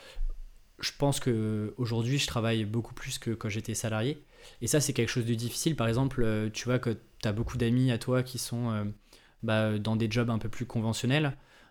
je pense qu'aujourd'hui, je travaille beaucoup plus que quand j'étais salarié. Et ça, c'est quelque chose de difficile. Par exemple, tu vois que tu as beaucoup d'amis à toi qui sont euh, bah, dans des jobs un peu plus conventionnels.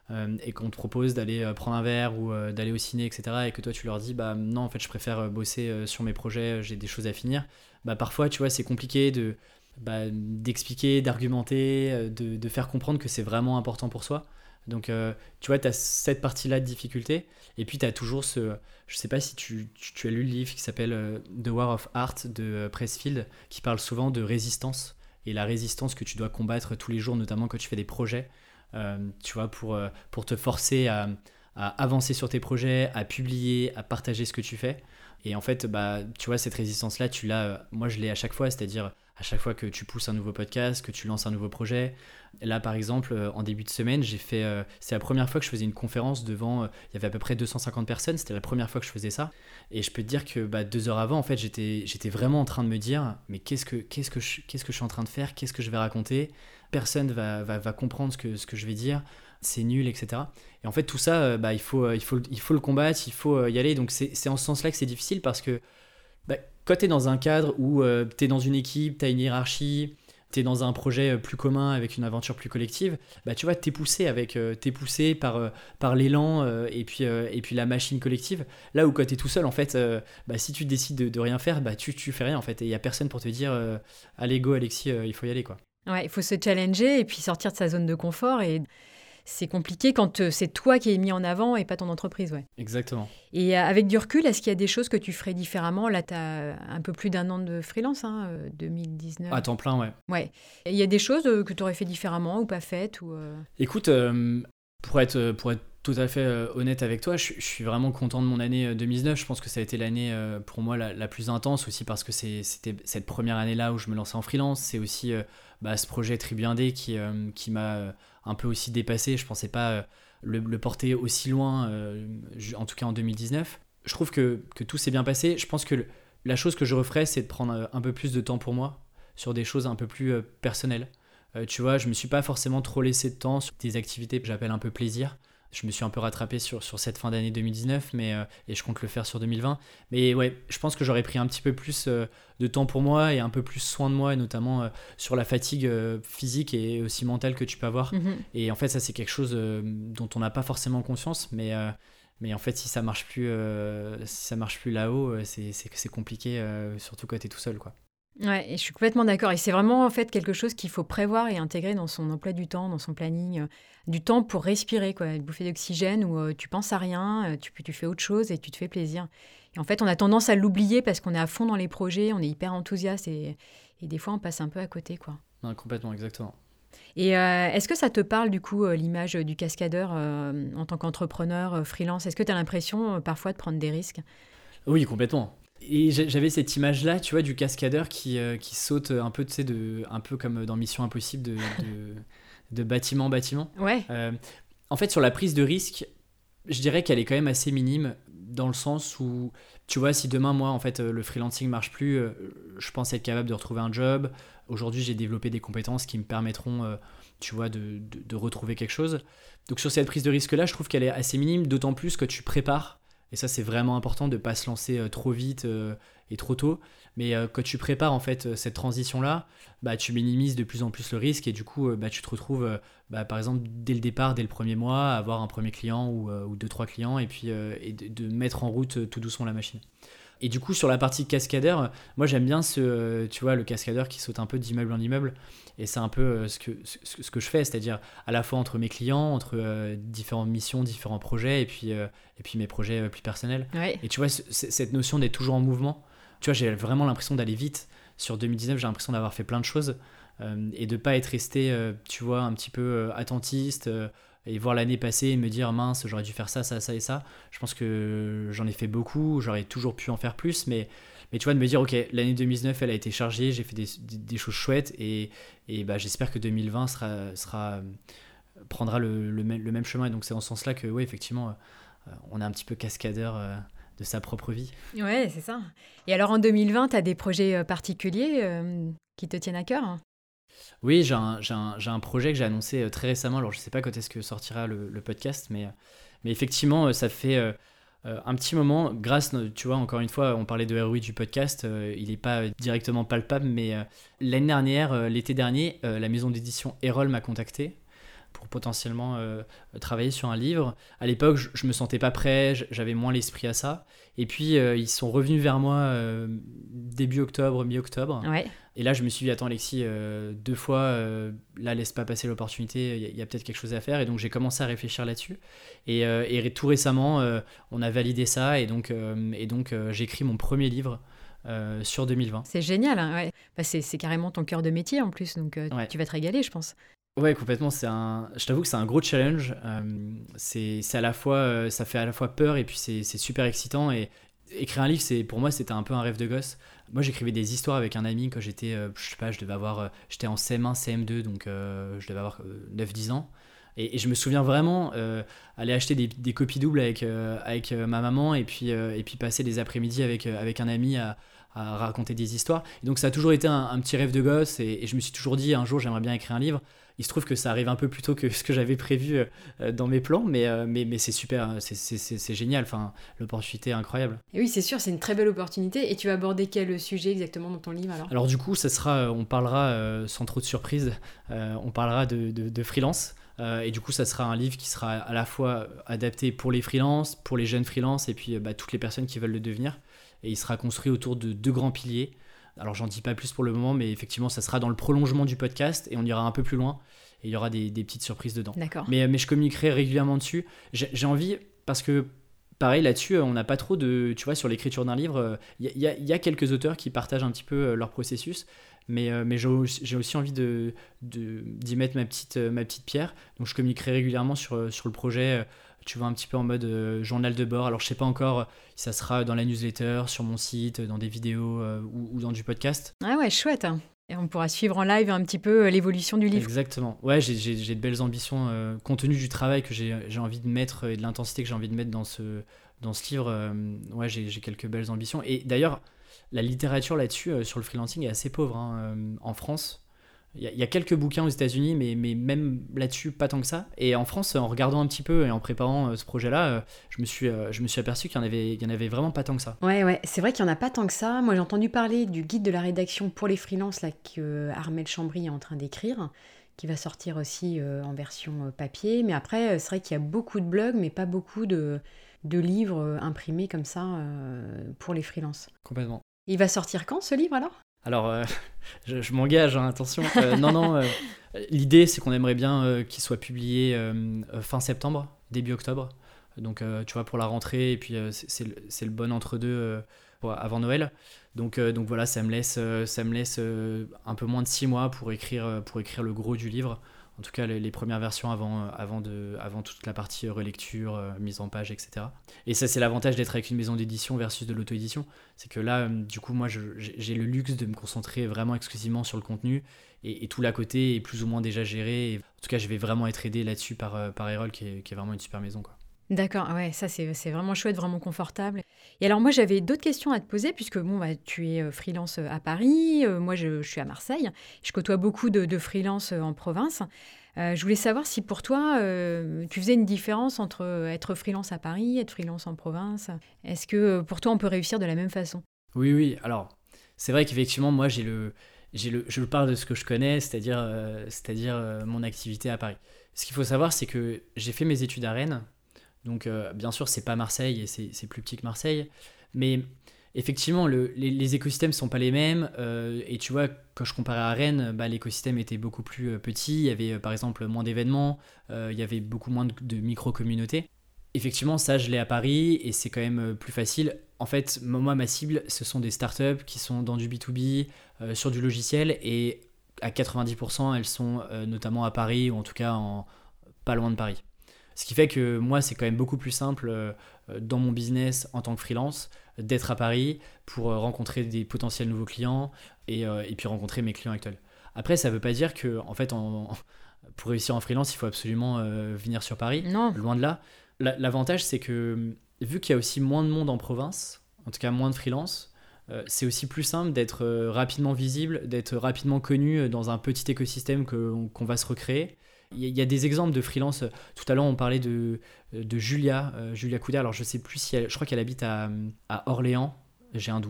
euh, et qu'on te propose d'aller euh, prendre un verre ou euh, d'aller au ciné, et cetera, et que toi tu leur dis bah non, en fait je préfère euh, bosser euh, sur mes projets, j'ai des choses à finir, bah parfois tu vois c'est compliqué de, bah, d'expliquer, d'argumenter, euh, de, de faire comprendre que c'est vraiment important pour soi. Donc euh, tu vois, tu as cette partie-là de difficulté, et puis tu as toujours ce... Je sais pas si tu, tu, tu as lu le livre qui s'appelle euh, The War of Art de euh, Pressfield, qui parle souvent de résistance, et la résistance que tu dois combattre tous les jours, notamment quand tu fais des projets, euh, tu vois, pour, euh, pour te forcer à, à avancer sur tes projets, à publier, à partager ce que tu fais. Et en fait, bah, tu vois, cette résistance-là, tu l'as, euh, moi je l'ai à chaque fois, c'est-à-dire à chaque fois que tu pousses un nouveau podcast, que tu lances un nouveau projet. Là, par exemple, euh, en début de semaine, j'ai fait, euh, c'est la première fois que je faisais une conférence devant, euh, il y avait à peu près deux cent cinquante personnes, c'était la première fois que je faisais ça. Et je peux te dire que bah, deux heures avant, en fait, j'étais, j'étais vraiment en train de me dire, mais qu'est-ce que, qu'est-ce que, je, qu'est-ce que je suis en train de faire, qu'est-ce que je vais raconter, personne va, va, va comprendre ce que, ce que je vais dire, c'est nul, et cetera. Et en fait, tout ça, euh, bah, il, faut, euh, il, faut, il faut le combattre, il faut euh, y aller. Donc c'est, c'est en ce sens-là que c'est difficile, parce que bah, quand tu es dans un cadre où euh, tu es dans une équipe, tu as une hiérarchie, tu es dans un projet plus commun avec une aventure plus collective, bah, tu vois, tu es poussé, avec, euh, t'es poussé par, euh, par l'élan euh, et, puis, euh, et puis la machine collective. Là où quand tu es tout seul, en fait, euh, bah, si tu décides de, de rien faire, bah, tu, tu fais rien en fait. Et il n'y a personne pour te dire euh, allez, go Alexis, euh, il faut y aller, quoi. Ouais, il faut se challenger et puis sortir de sa zone de confort. Et c'est compliqué quand c'est toi qui es mis en avant et pas ton entreprise. Ouais. Exactement. Et avec du recul, est-ce qu'il y a des choses que tu ferais différemment ? Là, tu as un peu plus d'un an de freelance, hein, deux mille dix-neuf. À temps plein, ouais. Ouais. Il y a des choses que tu aurais fait différemment ou pas faites ou euh... Écoute, euh, pour, être, pour être tout à fait euh, honnête avec toi, je, je suis vraiment content de mon année deux mille dix-neuf. Je pense que ça a été l'année euh, pour moi la, la plus intense aussi, parce que c'est, c'était cette première année-là où je me lançais en freelance. C'est aussi euh, bah, ce projet Tribuindé qui, euh, qui m'a euh, un peu aussi dépassé. Je pensais pas euh, le, le porter aussi loin, euh, en tout cas en deux mille dix-neuf. Je trouve que, que tout s'est bien passé. Je pense que le, la chose que je referais, c'est de prendre un peu plus de temps pour moi sur des choses un peu plus euh, personnelles. Euh, tu vois, je me suis pas forcément trop laissé de temps sur des activités que j'appelle un peu plaisir. Je me suis un peu rattrapé sur, sur cette fin d'année deux mille dix-neuf, mais, euh, et je compte le faire sur deux mille vingt. Mais ouais, je pense que j'aurais pris un petit peu plus euh, de temps pour moi et un peu plus soin de moi, et notamment euh, sur la fatigue euh, physique et aussi mentale que tu peux avoir. Mm-hmm. Et en fait, ça, c'est quelque chose euh, dont on n'a pas forcément conscience, mais, euh, mais en fait, si ça marche plus, euh, si ça marche plus là-haut, c'est, c'est, c'est compliqué, euh, surtout quand tu es tout seul, quoi. Ouais, et je suis complètement d'accord. Et c'est vraiment en fait quelque chose qu'il faut prévoir et intégrer dans son emploi du temps, dans son planning, euh, du temps pour respirer, quoi, une bouffée d'oxygène où euh, tu penses à rien, euh, tu, tu fais autre chose et tu te fais plaisir. Et en fait, on a tendance à l'oublier parce qu'on est à fond dans les projets, on est hyper enthousiaste et, et des fois on passe un peu à côté, quoi. Non, complètement, exactement. Et euh, est-ce que ça te parle du coup, euh, l'image du cascadeur euh, en tant qu'entrepreneur, euh, freelance ? Est-ce que tu as l'impression euh, parfois de prendre des risques ? Oui, complètement. Et j'avais cette image-là, tu vois, du cascadeur qui, euh, qui saute un peu, tu sais, de, un peu comme dans Mission Impossible, de, de, de bâtiment en bâtiment. Ouais. Euh, en fait, sur la prise de risque, je dirais qu'elle est quand même assez minime, dans le sens où, tu vois, si demain, moi, en fait, le freelancing marche plus, euh, je pense être capable de retrouver un job. Aujourd'hui, j'ai développé des compétences qui me permettront, euh, tu vois, de, de, de retrouver quelque chose. Donc, sur cette prise de risque-là, je trouve qu'elle est assez minime, d'autant plus que tu prépares. Et ça, c'est vraiment important de ne pas se lancer euh, trop vite euh, et trop tôt. Mais euh, quand tu prépares en fait, cette transition-là, bah, tu minimises de plus en plus le risque. Et du coup, euh, bah, tu te retrouves, euh, bah, par exemple, dès le départ, dès le premier mois, à avoir un premier client ou, euh, ou deux, trois clients. Et puis euh, et de, de mettre en route euh, tout doucement la machine. Et du coup, sur la partie cascadeur, euh, moi, j'aime bien ce, euh, tu vois, le cascadeur qui saute un peu d'immeuble en immeuble. Et c'est un peu euh, ce, que, ce, ce que je fais, c'est-à-dire à la fois entre mes clients, entre euh, différentes missions, différents projets, et puis, euh, et puis mes projets euh, plus personnels. Ouais. Et tu vois, c- cette notion d'être toujours en mouvement, tu vois, j'ai vraiment l'impression d'aller vite. Sur deux mille dix-neuf, j'ai l'impression d'avoir fait plein de choses euh, et de ne pas être resté, euh, tu vois, un petit peu euh, attentiste euh, et voir l'année passer et me dire, mince, j'aurais dû faire ça, ça, ça et ça. Je pense que j'en ai fait beaucoup, j'aurais toujours pu en faire plus, mais... Mais tu vois, de me dire, ok, l'année deux mille dix-neuf, elle a été chargée, j'ai fait des, des, des choses chouettes et, et bah, j'espère que deux mille vingt sera, sera, prendra le, le, même, le même chemin. Et donc, c'est en ce sens-là que, oui, effectivement, euh, on est un petit peu cascadeur euh, de sa propre vie. Ouais, c'est ça. Et alors, en deux mille vingt, tu as des projets particuliers euh, qui te tiennent à cœur, hein ? Oui, j'ai un, j'ai, un, j'ai un projet que j'ai annoncé très récemment. Alors, je ne sais pas quand est-ce que sortira le, le podcast, mais, mais effectivement, ça fait... Euh, Euh, un petit moment, grâce, tu vois, encore une fois, on parlait de R O I du podcast, euh, il n'est pas directement palpable, mais euh, l'année dernière, euh, l'été dernier, euh, la maison d'édition Erol m'a contacté pour potentiellement euh, travailler sur un livre. À l'époque, je, je me sentais pas prêt, j'avais moins l'esprit à ça. Et puis, euh, ils sont revenus vers moi euh, début octobre, mi-octobre. Ouais. Et là, je me suis dit, attends, Alexis, euh, deux fois, euh, là, laisse pas passer l'opportunité, il y, y a peut-être quelque chose à faire. Et donc, j'ai commencé à réfléchir là-dessus. Et, euh, et tout récemment, euh, on a validé ça. Et donc, euh, et donc euh, j'ai écrit mon premier livre euh, sur deux mille vingt. C'est génial, hein, ouais. Bah, c'est, c'est carrément ton cœur de métier en plus. Donc, euh, Ouais. tu vas te régaler, je pense. Ouais, complètement. C'est un... Je t'avoue que c'est un gros challenge. Euh, c'est, c'est à la fois, euh, ça fait à la fois peur et puis c'est, c'est super excitant. Et écrire un livre, c'est, pour moi, c'était un peu un rêve de gosse. Moi, j'écrivais des histoires avec un ami quand j'étais, euh, je sais pas, je devais avoir, euh, j'étais en C M un, C M deux, donc euh, je devais avoir euh, neuf dix ans. Et, et je me souviens vraiment euh, aller acheter des, des copies doubles avec, euh, avec euh, ma maman et puis, euh, et puis passer des après-midi avec, euh, avec un ami à, à raconter des histoires. Et donc, ça a toujours été un, un petit rêve de gosse et, et je me suis toujours dit, un jour, j'aimerais bien écrire un livre. Il se trouve que ça arrive un peu plus tôt que ce que j'avais prévu euh, dans mes plans, mais, euh, mais, mais c'est super, c'est, c'est, c'est, c'est génial, enfin, l'opportunité est incroyable. Et oui, c'est sûr, c'est une très belle opportunité. Et tu vas aborder quel sujet exactement dans ton livre alors ? Alors du coup, ça sera, on parlera, euh, sans trop de surprise, euh, on parlera de, de, de freelance. Euh, et du coup, ça sera un livre qui sera à la fois adapté pour les freelances, pour les jeunes freelances, et puis bah, toutes les personnes qui veulent le devenir. Et il sera construit autour de deux grands piliers. Alors j'en dis pas plus pour le moment, mais effectivement ça sera dans le prolongement du podcast et on ira un peu plus loin et il y aura des, des petites surprises dedans. D'accord. Mais, mais je communiquerai régulièrement dessus. J'ai, j'ai envie, parce que pareil là-dessus, on n'a pas trop de... Tu vois, sur l'écriture d'un livre, il y, y, y a quelques auteurs qui partagent un petit peu leur processus, mais, mais j'ai, j'ai aussi envie de, de, d'y mettre ma petite, ma petite pierre. Donc je communiquerai régulièrement sur, sur le projet, tu vois, un petit peu en mode euh, journal de bord. Alors je sais pas encore si ça sera dans la newsletter, sur mon site, dans des vidéos euh, ou, ou dans du podcast. Ah ouais, chouette. Et on pourra suivre en live un petit peu l'évolution du livre. Exactement. Ouais, j'ai, j'ai, j'ai de belles ambitions. Euh, compte tenu du travail que j'ai, j'ai envie de mettre et de l'intensité que j'ai envie de mettre dans ce, dans ce livre, euh, ouais, j'ai, j'ai quelques belles ambitions. Et d'ailleurs, la littérature là-dessus, euh, sur le freelancing, est assez pauvre hein, euh, en France. Il y, y a quelques bouquins aux États-Unis, mais, mais même là-dessus, pas tant que ça. Et en France, en regardant un petit peu et en préparant euh, ce projet-là, euh, je, me suis, euh, je me suis aperçu qu'il y en avait, il y en avait vraiment pas tant que ça. Ouais, ouais, c'est vrai qu'il n'y en a pas tant que ça. Moi, j'ai entendu parler du guide de la rédaction pour les freelances là, que euh, Armel Chambry est en train d'écrire, qui va sortir aussi euh, en version euh, papier. Mais après, c'est vrai qu'il y a beaucoup de blogs, mais pas beaucoup de, de livres euh, imprimés comme ça euh, pour les freelances. Complètement. Il va sortir quand, ce livre, alors ? Alors, euh, je, je m'engage, hein, attention. Euh, non, non, euh, l'idée, c'est qu'on aimerait bien euh, qu'il soit publié euh, fin septembre, début octobre. Donc, euh, tu vois, pour la rentrée, et puis euh, c'est, c'est, le, c'est le bon entre-deux euh, pour, avant Noël. Donc, euh, donc voilà, ça me laisse, euh, ça me laisse euh, un peu moins de six mois pour écrire, pour écrire le gros du livre. En tout cas, les, les premières versions avant, avant, de, avant toute la partie relecture, euh, mise en page, et cetera. Et ça, c'est l'avantage d'être avec une maison d'édition versus de l'auto-édition. C'est que là, euh, du coup, moi, je, j'ai, j'ai le luxe de me concentrer vraiment exclusivement sur le contenu. Et, et tout l'à côté est plus ou moins déjà géré. Et, en tout cas, je vais vraiment être aidé là-dessus par, euh, par Erol, qui est, qui est vraiment une super maison, quoi. D'accord, ouais, ça c'est, c'est vraiment chouette, vraiment confortable. Et alors moi j'avais d'autres questions à te poser, puisque bon, bah, tu es freelance à Paris, euh, moi je, je suis à Marseille, je côtoie beaucoup de, de freelance en province. Euh, je voulais savoir si pour toi, euh, tu faisais une différence entre être freelance à Paris, être freelance en province. Est-ce que pour toi on peut réussir de la même façon ? Oui, oui, alors c'est vrai qu'effectivement moi j'ai le, j'ai le, je parle de ce que je connais, c'est-à-dire, euh, c'est-à-dire euh, mon activité à Paris. Ce qu'il faut savoir, c'est que j'ai fait mes études à Rennes. Donc, euh, bien sûr, c'est pas Marseille et c'est, c'est plus petit que Marseille. Mais effectivement, le, les, les écosystèmes sont pas les mêmes. Euh, et tu vois, quand je comparais à Rennes, bah, l'écosystème était beaucoup plus euh, petit. Il y avait, euh, par exemple, moins d'événements. Euh, il y avait beaucoup moins de, de micro-communautés. Effectivement, ça, je l'ai à Paris et c'est quand même plus facile. En fait, moi, ma cible, ce sont des startups qui sont dans du B deux B, euh, sur du logiciel. Et à quatre-vingt-dix pour cent, elles sont euh, notamment à Paris ou en tout cas en, pas loin de Paris. Ce qui fait que moi, c'est quand même beaucoup plus simple euh, dans mon business en tant que freelance d'être à Paris pour euh, rencontrer des potentiels nouveaux clients et, euh, et puis rencontrer mes clients actuels. Après, ça ne veut pas dire que en fait, en, pour réussir en freelance, il faut absolument euh, venir sur Paris. Non. Loin de là. La, l'avantage, c'est que vu qu'il y a aussi moins de monde en province, en tout cas moins de freelance, euh, c'est aussi plus simple d'être euh, rapidement visible, d'être rapidement connu dans un petit écosystème que, qu'on va se recréer. Il y a des exemples de freelance. Tout à l'heure, on parlait de, de Julia, euh, Julia Couder. Alors, je sais plus si elle, je crois qu'elle habite à, à Orléans. J'ai un doute.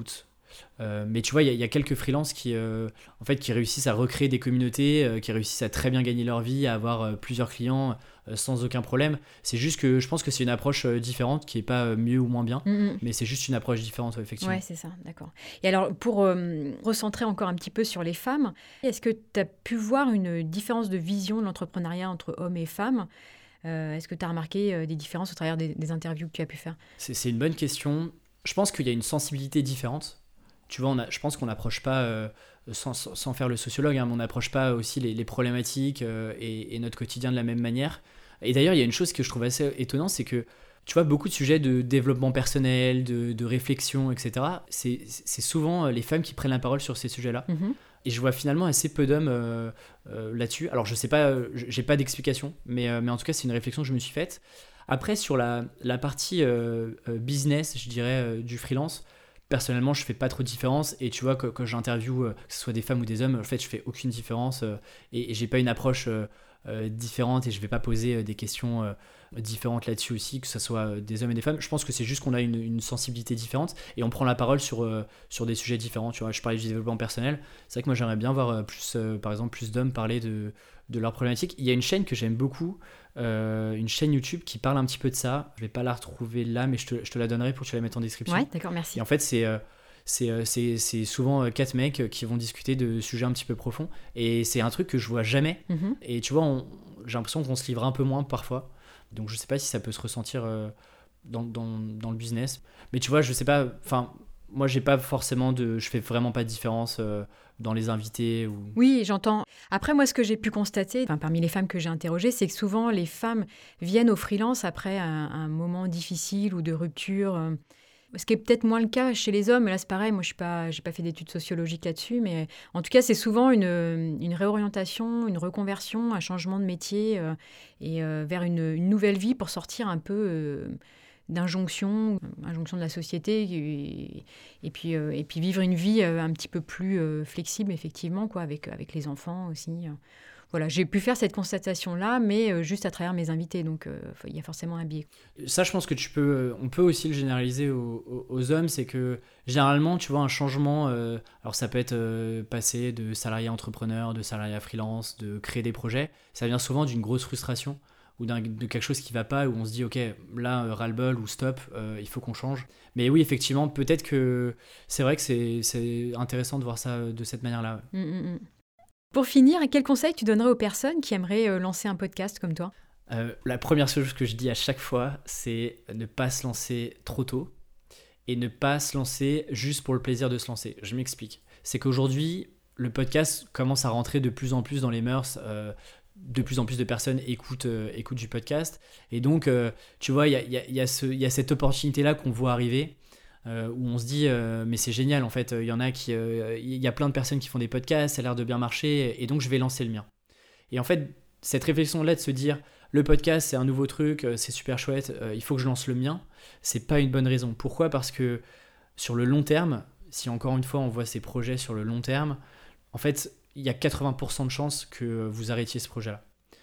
Euh, mais tu vois, il y, y a quelques freelances qui, euh, en fait, qui réussissent à recréer des communautés, euh, qui réussissent à très bien gagner leur vie, à avoir euh, plusieurs clients euh, sans aucun problème. C'est juste que je pense que c'est une approche euh, différente, qui n'est pas euh, mieux ou moins bien, Mm-hmm. mais c'est juste une approche différente, ouais, effectivement. Ouais, c'est ça, d'accord. Et alors, pour euh, recentrer encore un petit peu sur les femmes, est-ce que tu as pu voir une différence de vision de l'entrepreneuriat entre hommes et femmes ? Euh, est-ce que tu as remarqué euh, des différences au travers des, des interviews que tu as pu faire ? C'est, c'est une bonne question. Je pense qu'il y a une sensibilité différente. Tu vois, on a, je pense qu'on n'approche pas, euh, sans, sans, sans faire le sociologue, hein, mais on n'approche pas aussi les, les problématiques euh, et, et notre quotidien de la même manière. Et d'ailleurs, il y a une chose que je trouve assez étonnante, c'est que tu vois, beaucoup de sujets de développement personnel, de, de réflexion, et cetera, c'est, c'est souvent les femmes qui prennent la parole sur ces sujets-là. Mm-hmm. Et je vois finalement assez peu d'hommes euh, euh, là-dessus. Alors, je sais pas, euh, j'ai pas d'explication, mais, euh, mais en tout cas, c'est une réflexion que je me suis faite. Après, sur la, la partie euh, euh, business, je dirais, euh, du freelance, personnellement, je fais pas trop de différence. Et tu vois, quand, quand j'interviewe, euh, que ce soit des femmes ou des hommes, en fait, je fais aucune différence. Euh, et, et j'ai pas une approche euh, euh, différente et je vais pas poser euh, des questions euh, différentes là-dessus aussi, que ce soit euh, des hommes et des femmes. Je pense que c'est juste qu'on a une, une sensibilité différente et on prend la parole sur, euh, sur des sujets différents. Tu vois, je parlais du développement personnel. C'est vrai que moi, j'aimerais bien voir euh, plus, euh, par exemple, plus d'hommes parler de, de leurs problématiques. Il y a une chaîne que j'aime beaucoup, euh, une chaîne YouTube qui parle un petit peu de ça. Je vais pas la retrouver là, mais je te, je te la donnerai pour que tu la mettes en description. Ouais, d'accord, merci. Et en fait, c'est, euh, c'est, euh, c'est, c'est souvent euh, quatre mecs qui vont discuter de sujets un petit peu profonds. Et c'est un truc que je vois jamais. Mm-hmm. Et tu vois, on, j'ai l'impression qu'on se livre un peu moins parfois. Donc je sais pas si ça peut se ressentir euh, dans, dans, dans le business. Mais tu vois, je sais pas. Enfin, moi, j'ai pas forcément de. Je fais vraiment pas de différence euh, dans les invités. Ou... Oui, j'entends. Après, moi, ce que j'ai pu constater, enfin, parmi les femmes que j'ai interrogées, c'est que souvent, les femmes viennent au freelance après un, un moment difficile ou de rupture. euh, Ce qui est peut-être moins le cas chez les hommes. Là, c'est pareil. Moi, je n'ai pas, j'ai pas fait d'études sociologiques là-dessus. Mais en tout cas, c'est souvent une, une réorientation, une reconversion, un changement de métier euh, et euh, vers une, une nouvelle vie pour sortir un peu euh, d'injonction, injonction de la société et, et, puis, euh, et puis vivre une vie euh, un petit peu plus euh, flexible, effectivement, quoi, avec, avec les enfants aussi. Voilà, j'ai pu faire cette constatation-là, mais euh, juste à travers mes invités, donc euh, il y a forcément un biais. Ça, je pense que tu peux, on peut aussi le généraliser aux, aux, aux hommes, c'est que généralement, tu vois, un changement, euh, alors ça peut être euh, passer de salarié entrepreneur, de salarié à freelance, de créer des projets, ça vient souvent d'une grosse frustration ou d'un, de quelque chose qui va pas, où on se dit, ok, là, euh, ras-le-bol ou stop, euh, il faut qu'on change. Mais oui, effectivement, peut-être que c'est vrai que c'est, c'est intéressant de voir ça de cette manière-là. Mmh, mmh. Pour finir, quel conseil tu donnerais aux personnes qui aimeraient euh, lancer un podcast comme toi ? euh, La première chose que je dis à chaque fois, c'est ne pas se lancer trop tôt et ne pas se lancer juste pour le plaisir de se lancer. Je m'explique. C'est qu'aujourd'hui, le podcast commence à rentrer de plus en plus dans les mœurs. Euh, de plus en plus de personnes écoutent, euh, écoutent du podcast. Et donc, euh, tu vois, il y a, y a, y a ce, y a cette opportunité-là qu'on voit arriver. Euh, où on se dit euh, mais c'est génial en fait, il euh, y en a qui, il euh, y a plein de personnes qui font des podcasts, ça a l'air de bien marcher et donc je vais lancer le mien. Et en fait cette réflexion là de se dire le podcast c'est un nouveau truc, euh, c'est super chouette, euh, il faut que je lance le mien, c'est pas une bonne raison. Pourquoi ? Parce que sur le long terme, si encore une fois on voit ces projets sur le long terme, en fait il y a quatre-vingts pour cent de chances que vous arrêtiez ce projet là.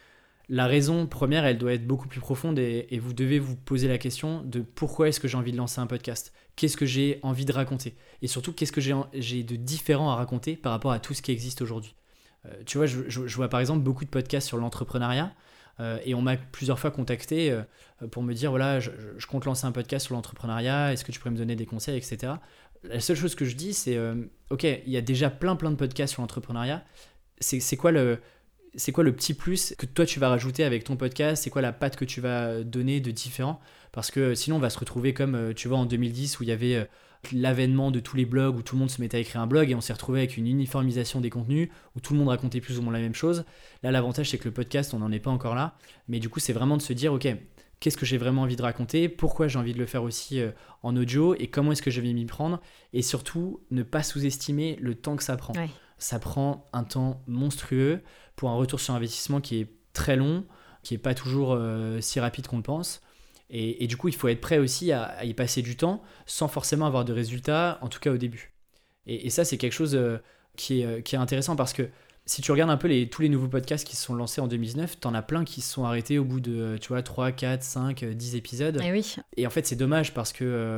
La raison première, elle doit être beaucoup plus profonde et, et vous devez vous poser la question de pourquoi est-ce que j'ai envie de lancer un podcast ? Qu'est-ce que j'ai envie de raconter ? Et surtout, qu'est-ce que j'ai, j'ai de différent à raconter par rapport à tout ce qui existe aujourd'hui ? euh, Tu vois, je, je, je vois par exemple beaucoup de podcasts sur l'entrepreneuriat euh, et on m'a plusieurs fois contacté euh, pour me dire, voilà, je, je compte lancer un podcast sur l'entrepreneuriat, est-ce que tu pourrais me donner des conseils, et cetera. La seule chose que je dis, c'est, euh, ok, il y a déjà plein plein de podcasts sur l'entrepreneuriat, c'est, c'est quoi le... C'est quoi le petit plus que toi tu vas rajouter avec ton podcast ? C'est quoi la patte que tu vas donner de différent ? Parce que sinon on va se retrouver comme tu vois en deux mille dix où il y avait l'avènement de tous les blogs, où tout le monde se mettait à écrire un blog et on s'est retrouvé avec une uniformisation des contenus où tout le monde racontait plus ou moins la même chose. Là l'avantage c'est que le podcast on n'en est pas encore là, mais du coup c'est vraiment de se dire ok, qu'est-ce que j'ai vraiment envie de raconter ? Pourquoi j'ai envie de le faire aussi en audio ? Et comment est-ce que je vais m'y prendre ? Et surtout ne pas sous-estimer le temps que ça prend. Ouais. Ça prend un temps monstrueux pour un retour sur investissement qui est très long, qui n'est pas toujours euh, si rapide qu'on le pense. Et, et du coup, il faut être prêt aussi à, à y passer du temps sans forcément avoir de résultats, en tout cas au début. Et, et ça, c'est quelque chose euh, qui, est, euh, qui est intéressant parce que si tu regardes un peu les, tous les nouveaux podcasts qui se sont lancés en deux mille dix-neuf, t'en as plein qui se sont arrêtés au bout de tu vois, trois, quatre, cinq, dix épisodes. Et oui. Et en fait, c'est dommage parce que... Euh,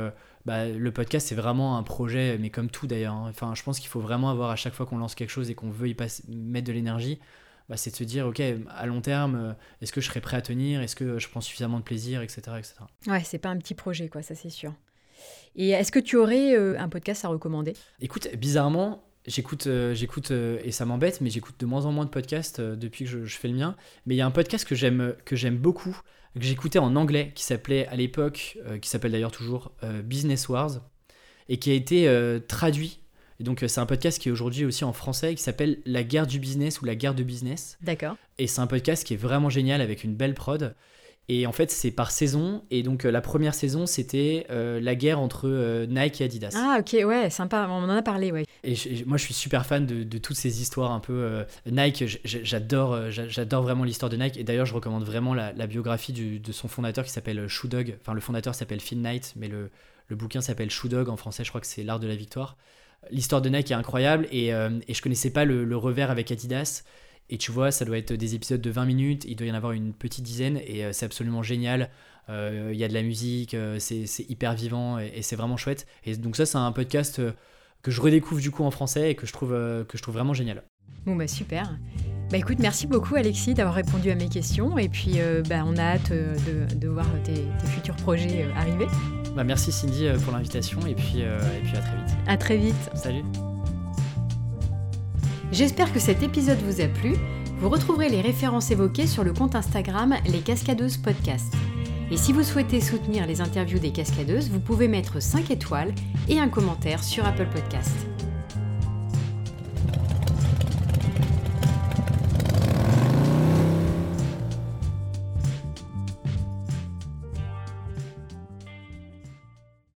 bah, le podcast c'est vraiment un projet, mais comme tout d'ailleurs, hein. Enfin, je pense qu'il faut vraiment avoir à chaque fois qu'on lance quelque chose et qu'on veut y passer, mettre de l'énergie, bah, c'est de se dire ok, à long terme, est-ce que je serai prêt à tenir, est-ce que je prends suffisamment de plaisir, et cetera, et cetera. Ouais, c'est pas un petit projet quoi, ça c'est sûr. Et est-ce que tu aurais euh, un podcast à recommander ? Écoute, bizarrement, j'écoute, euh, j'écoute euh, et ça m'embête, mais j'écoute de moins en moins de podcasts euh, depuis que je, je fais le mien. Mais il y a un podcast que j'aime, que j'aime beaucoup, que j'écoutais en anglais, qui s'appelait à l'époque, euh, qui s'appelle d'ailleurs toujours euh, Business Wars, et qui a été euh, traduit. Et donc euh, c'est un podcast qui est aujourd'hui aussi en français, qui s'appelle La guerre du business ou La guerre de business. D'accord. Et c'est un podcast qui est vraiment génial avec une belle prod. Et en fait, c'est par saison. Et donc, euh, la première saison, c'était euh, la guerre entre euh, Nike et Adidas. Ah, ok, ouais, sympa. On en a parlé, ouais. Et je, moi, je suis super fan de, de toutes ces histoires un peu... Euh, Nike, j'adore, euh, j'adore vraiment l'histoire de Nike. Et d'ailleurs, je recommande vraiment la, la biographie du, de son fondateur qui s'appelle Shoe Dog. Enfin, le fondateur s'appelle Phil Knight, mais le, le bouquin s'appelle Shoe Dog. En français, je crois que c'est L'art de la victoire. L'histoire de Nike est incroyable. Et, euh, et je connaissais pas le, le revers avec Adidas. Et tu vois, ça doit être des épisodes de vingt minutes, il doit y en avoir une petite dizaine, et euh, c'est absolument génial. Il euh, y a de la musique, euh, c'est, c'est hyper vivant, et, et c'est vraiment chouette. Et donc ça, c'est un podcast euh, que je redécouvre du coup en français, et que je trouve, euh, que je trouve vraiment génial. Bon bah super. Bah écoute, merci beaucoup Alexis d'avoir répondu à mes questions, et puis euh, bah, on a hâte euh, de, de voir tes, tes futurs projets euh, arriver. Bah, merci Cindy euh, pour l'invitation, et puis, euh, et puis à très vite. À très vite. Salut. J'espère que cet épisode vous a plu. Vous retrouverez les références évoquées sur le compte Instagram Les Cascadeuses Podcast. Et si vous souhaitez soutenir les interviews des cascadeuses, vous pouvez mettre cinq étoiles et un commentaire sur Apple Podcast.